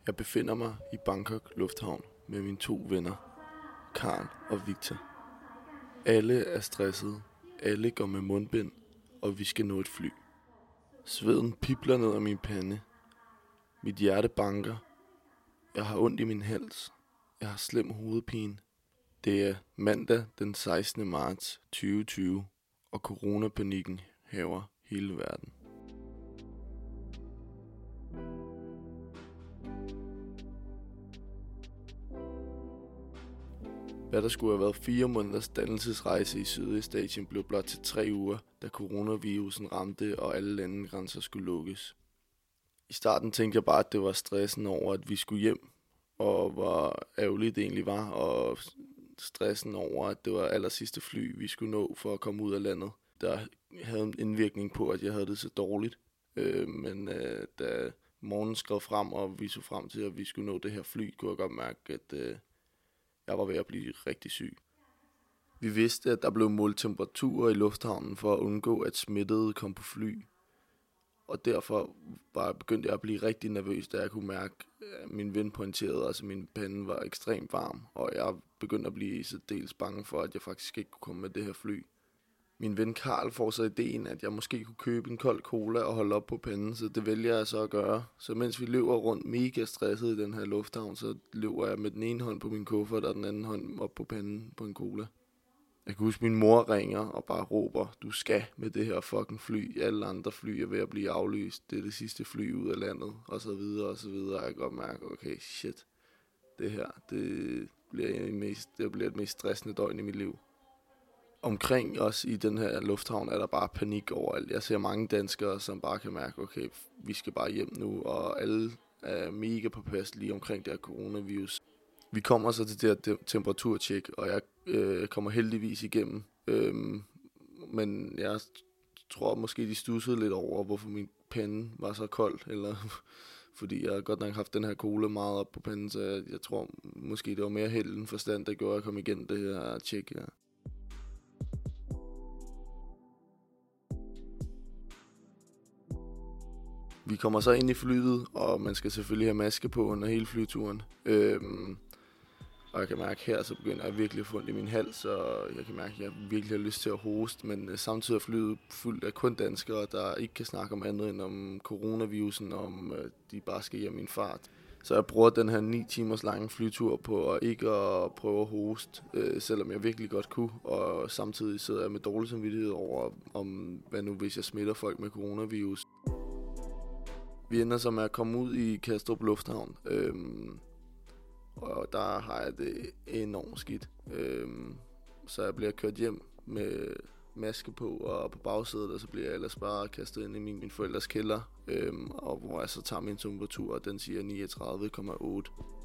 Jeg befinder mig i Bangkok Lufthavn med mine 2 venner, Karl og Victor. Alle er stressede, alle går med mundbind, og vi skal nå et fly. Sveden pibler ned ad min pande. Mit hjerte banker. Jeg har ondt i min hals. Jeg har slem hovedpine. Det er mandag den 16. marts 2020, og coronapanikken hærger hele verden. Hvad der skulle have været 4 måneders dannelsesrejse i Sydøstasien blev blot til 3 uger, da coronavirusen ramte og alle landegrænser skulle lukkes. I starten tænkte jeg bare, at det var stressen over, at vi skulle hjem, og hvor ærgerligt det egentlig var, og stressen over, at det var allersidste fly, vi skulle nå for at komme ud af landet. Der havde en indvirkning på, at jeg havde det så dårligt. Men da morgenen skred frem, og vi så frem til, at vi skulle nå det her fly, kunne jeg godt mærke, at jeg var ved at blive rigtig syg. Vi vidste, at der blev målt temperaturer i lufthavnen for at undgå, at smittede kom på fly. Og derfor begyndte jeg at blive rigtig nervøs, da jeg kunne mærke, at min ven pointerede, altså min pande var ekstremt varm. Og jeg begyndte at blive så dels bange for, at jeg faktisk ikke kunne komme med det her fly. Min ven Karl får så ideen, at jeg måske kunne købe en kold cola og holde op på panden, så det vælger jeg så at gøre. Så mens vi løber rundt mega stresset i den her lufthavn, så løber jeg med den ene hånd på min kuffert og den anden hånd op på panden på en cola. Jeg kan huske, min mor ringer og bare råber, du skal med det her fucking fly. Alle andre fly er ved at blive aflyst. Det er det sidste fly ud af landet, og så videre og så videre. Jeg kan godt mærke, okay, shit, det her, det bliver det mest stressende døgn i mit liv. Omkring os i den her lufthavn er der bare panik overalt. Jeg ser mange danskere, som bare kan mærke, okay, vi skal bare hjem nu, og alle er mega påpasselige omkring det her coronavirus. Vi kommer så til det her temperaturtjek, og jeg kommer heldigvis igennem. Men jeg tror måske, de stussede lidt over, hvorfor min pande var så kold, eller fordi jeg godt nok haft den her cola meget op på panden, så jeg tror måske, det var mere held end forstand, der gjorde, at jeg kom igennem det her tjek her. Vi kommer så ind i flyet, og man skal selvfølgelig have maske på under hele flyturen. Og jeg kan mærke her, så begynder jeg virkelig at få ondt i min hals, og jeg kan mærke, at jeg virkelig har lyst til at hoste. Men samtidig er flyet fuldt af kun danskere, der ikke kan snakke om andet end om coronavirusen, og om de bare skal hjem i en fart. Så jeg bruger den her 9 timers lange flytur på at ikke at prøve at hoste, selvom jeg virkelig godt kunne. Og samtidig sidder jeg med dårlig samvittighed over, om hvad nu hvis jeg smitter folk med coronavirus. Vi ender så med at komme ud i Kastrup Lufthavn, og der har jeg det enormt skidt. Så jeg bliver kørt hjem med maske på, og på bagsædet, og så bliver jeg ellers bare kastet ind i min forældres kælder, og hvor jeg så tager min temperatur, og den siger 39,8.